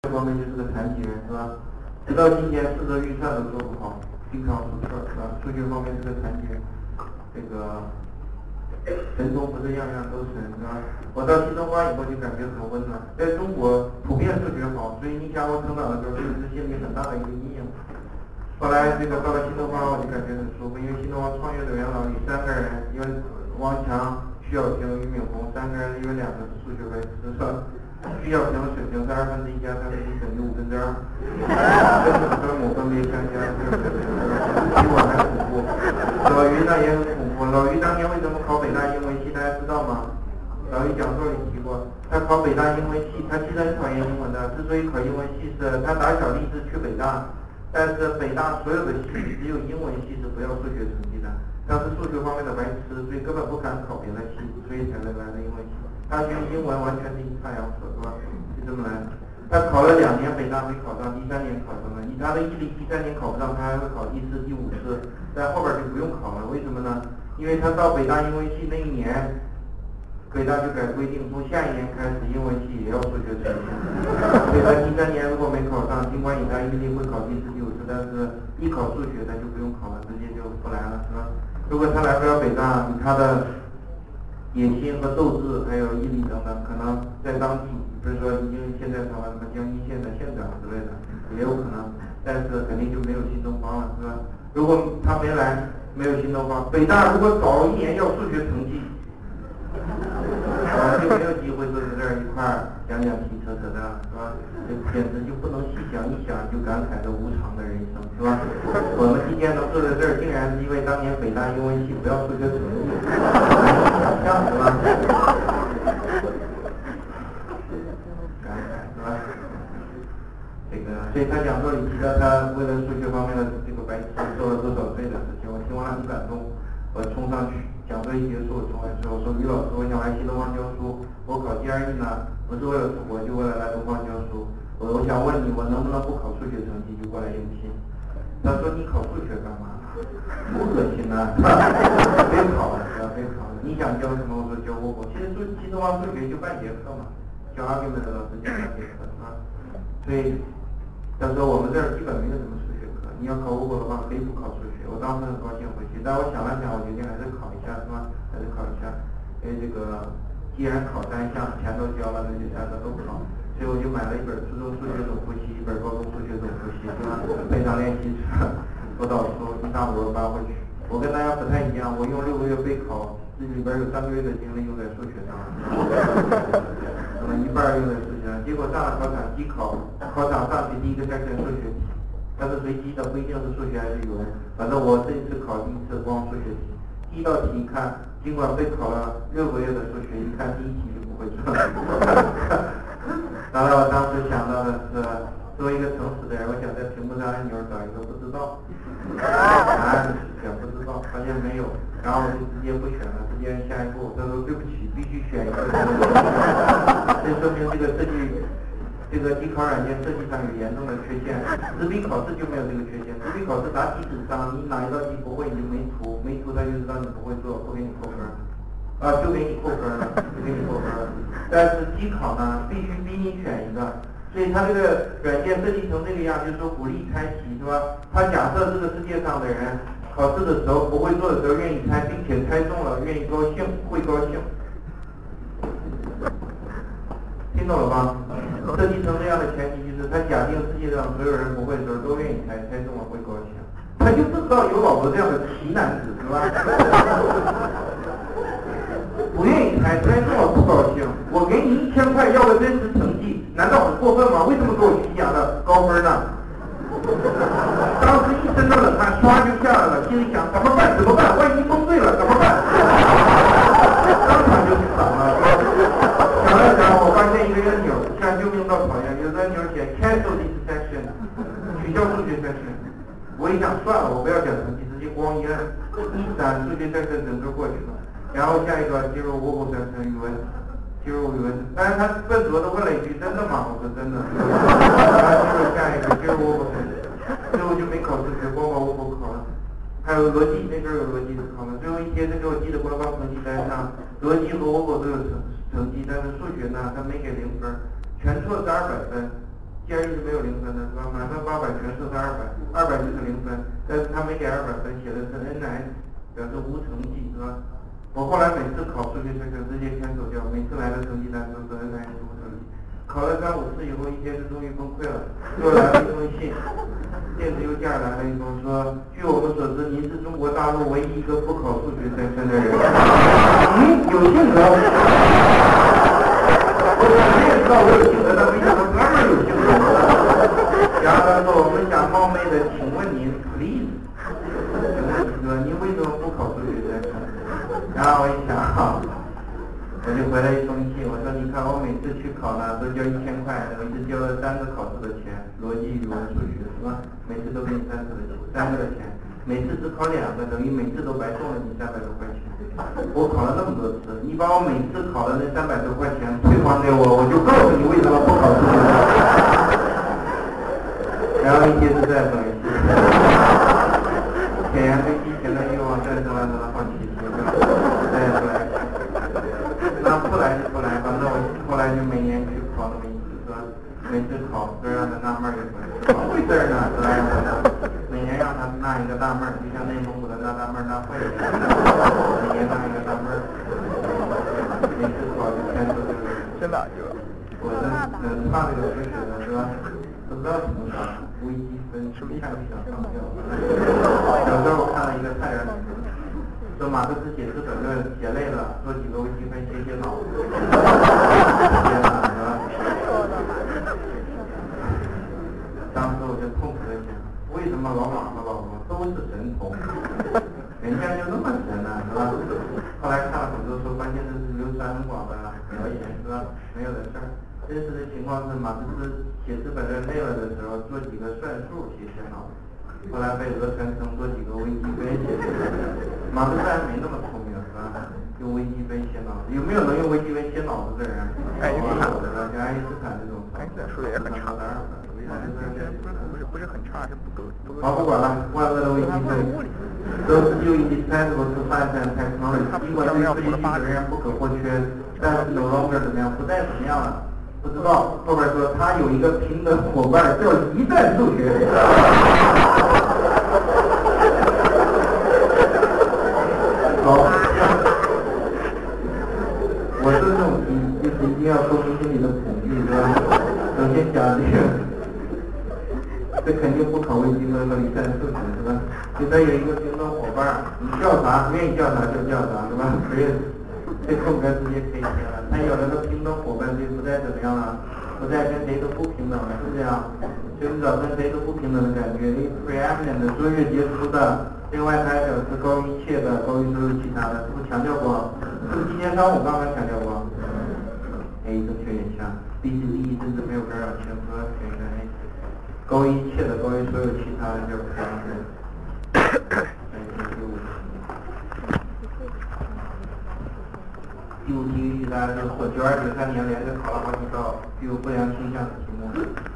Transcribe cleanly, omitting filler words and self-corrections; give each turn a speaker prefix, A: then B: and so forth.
A: 这方面就是个残疾人，是吧？直到今天4个预算都做不好，经常出事儿，是吧？数学方面是个残疾人，这个神中不是样样都神，是吧？我到新东方以后就感觉很温暖。在中国普遍数学好，所以你想我成长的时候，这个是心里很大的一个阴影。后来这个到了新东方，我就感觉很舒服，因为新东方创业的元老里3个人，因为王强、徐小平、俞敏洪3个人，因为2个是数学白痴，是吧？徐小平的水平是1/2加3分之1等于2/5，跟分母分别相加，比我还恐怖。老于呢也很恐怖，老于当年为什么考北大英文系，大家知道吗？老于讲座里提过，他考北大英文系，他其实很讨厌英文的，之所以考英文系是他打小立志去北大，但是北大所有的系只有英文系是不要数学成绩的，他是数学方面的白痴，所以根本不敢考别的系，所以才来的英文系。他学英文完全是阴差阳错，是吧？就这么来。他考了2年北大没考上，第3年考上了。以他的毅力，第3年考不上，他还会考第4、第5次，但后边就不用考了。为什么呢？因为他到北大英文系那一年，北大就改规定，从下一年开始，英文系也要数学成绩。所以他第3年如果没考上，尽管以他毅力会考第4、第5次，但是一考数学他就不用考了，直接就不来了，是吧？如果他来不了北大，以他的野心和斗志，还有毅力等等，可能在当地，比如说已经现在成了什么江阴县的县长之类的，也有可能，但是肯定就没有新东方了，是吧？如果他没来，没有新东方，北大如果早1年要数学成绩，就没有机会坐在这儿一块儿讲题、扯淡了，是吧？这简直就不能细想，一想就感慨着无常的人生，是吧？我们今天能坐在这儿，竟然是因为当年北大英文系不要数学成绩，这样子吧？感慨是吧？这个，所以他讲座里提到他为了数学方面的这个白痴做了多少对的事情，我听完了很感动，我冲上去。讲座一结束，我冲来之后说：“于老师，我想来新东方教书。我考 GRE 呢，不是为了出国，就为了来东方教书。我想问你，我能不能不考数学成绩就过来应聘？”他说：“你考数学干嘛？多恶心呐！别考了，别考了。你想教什么？我说教我。其实新东方数学就半节课嘛，教argument的老师讲半节课是吧？所以他说我们这儿基本没有什么数学课，你要考我的话可以不考数学。我当时很高兴回去，但我想了想，我决定还是考一下，是吧？还是考一下，因为这个既然考3项，钱都交了，那就3个都考。所以我就买了一本初中数学总复习，一本高中数学总复习，是吧？配上练习册、辅导书，一大摞搬回去。我跟大家不太一样，我用6个月备考，这里边有3个月的精力用在数学上，那么1半用在数学上。结果上了考场，机考，考场上去第一个section数学题，它是随机的，不一定是数学还是语文。反正我这一次考第一次光数学题，第一道题一看，尽管备考了6个月的数学，一看第一题就不会做。然后我当时想到的是，作为一个诚实的人，我想在屏幕上按钮找一个不知道，答案选不知道，发现没有，然后我就直接不选了，直接按下一步。他说对不起，必须选一个。这说明这个设计。这个机考软件设计上有严重的缺陷，纸笔考试就没有这个缺陷。纸笔考试答题纸上，你哪一道题不会你就没涂，没涂他就知道你不会做，不给你扣分，就给你扣分了，就给你扣分了。但是机考呢，必须逼你选一个，所以他这个软件设计成这个样，就是说鼓励猜题，是吧？他假设这个世界上的人考试的时候不会做的时候愿意猜，并且猜中了愿意高兴，会高兴。听懂了吧？设计成这样的前提就是，他假定世界上所有人不会的时候都愿意猜，猜中了会高兴。他就不知道有老婆这样的奇男子，是吧？不愿意猜，猜中了不高兴。我给你1000块要个真实成绩，难道很过分吗？为什么给我虚假的高分呢？当时一身的冷汗唰就下来了，心里想怎么办？怎么办？万一蒙对了怎么办？当场就死了。想了想，我发现一个按钮，像救命稻草一样，有个按钮写 cancel this section， 取消数学 section。我一想算了，我不要讲成绩，直接光一按，一闪数学 section 整个过去了。然后下一个进入5 section 语文，进入语文。但是他笨拙的问了一句：“真的吗？”我说：“真的。”然后进入下一个进入5 section，最后就没考数学，光把5考了。还有逻辑，那阵有逻辑的考了。最后一天他给我记的官方成绩单上，逻辑和5都有成绩，但是数学呢，他没给0分，全错是200分， 既然一直没有0分的是吧？满分800全设是200，200就是0分，但是他没给200分，写的是 NS， 表示无成绩是吧？我后来每次考数学学科直接全走掉，每次来的成绩单都是 NS 无成绩。考了3、5次以后，一节课终于崩溃了，给我来了一封信，电子邮件来了一封说，据我们所知，您是中国大陆唯一一个不考数学生的人。有性格。我也知道我有性格，但没想到哥们儿有性格。然后他说，我们想冒昧的请问您 ，please， 请问你说您为什么不考数学生？然后我一想，我就回了一封信，我说你看我每次去考呢都交1000块，我一直交了3个考试的钱，逻辑、语文、数学是吧？每次都给你3个的钱，每次只考2个，等于每次都白送了你300多块钱。我考了那么多次，你把我每次考的那300多块钱退还给我，我就告诉你为什么不考数学。然后一节是再等一次，舔颜对金钱的欲望战胜了他的好奇心，再也不来。那不来就不来，反正我后来就每年去考那么一次，是吧？每次考都让他纳闷一回，怎么回事呢？是吧？每年让他纳一个大闷儿，就像内蒙古的纳大闷儿大会一样，每年纳一个大闷儿，每次考就全都是。
B: 真的就。
A: 我能差这个知识的是吧？不知道怎么搞，微积分是不是看不想上吊？小时候我看了一个太原。说马克思写资本论写累了，做几个微积分歇歇脑。天哪，是吧？当时我就痛苦的想，为什么老马和老罗都是神童，人家就那么神呢，是吧？后来看了很多书，发现这是流传很广的谣言，是吧？没有的事儿。真实的情况是，马克思写资本论累了的时候，做几个算术歇歇脑。后来被讹传成做几个微积分写的，马克思还没那么聪明是吧？用微积分写脑子，有没有能用微积分写脑子的人？
B: 爱因斯坦
A: 是吧？像爱因斯坦这种。
B: 爱因斯坦数学也很差的，不是很差，是不够。
A: 好，不管了，万恶的微积分。Those still indispensable to science and technology， 尽管对科技仍然不可或缺，但是 no longer 怎么样，不再怎么样了。不知道后边说他有一个平等伙伴叫一代数学。好，我是这种题，就是一定要说出心里的恐惧，是吧？首先讲这个，这肯定不考微积分和离散数学，是吧？就他有一个平等伙伴，你叫啥，愿意叫啥就叫啥，是吧？不认识，这空格直接可以填了。他有了个平等伙伴，就不再怎么样了。不再跟谁都不平等了，是这样，寻找跟谁都不平等的感觉。A preeminent 卓越杰出的，另外还有是高于一切的，高于所有其他的，是不是强调过？是不是今天上午刚刚强调过 ？A 正确选项 ，B 是第一，甚至没有干扰，选择选一个 A。高于一切的，高于所有其他的叫 preeminent。第5题大家就说，92、93年连着考了好几道具有不良倾向的题目。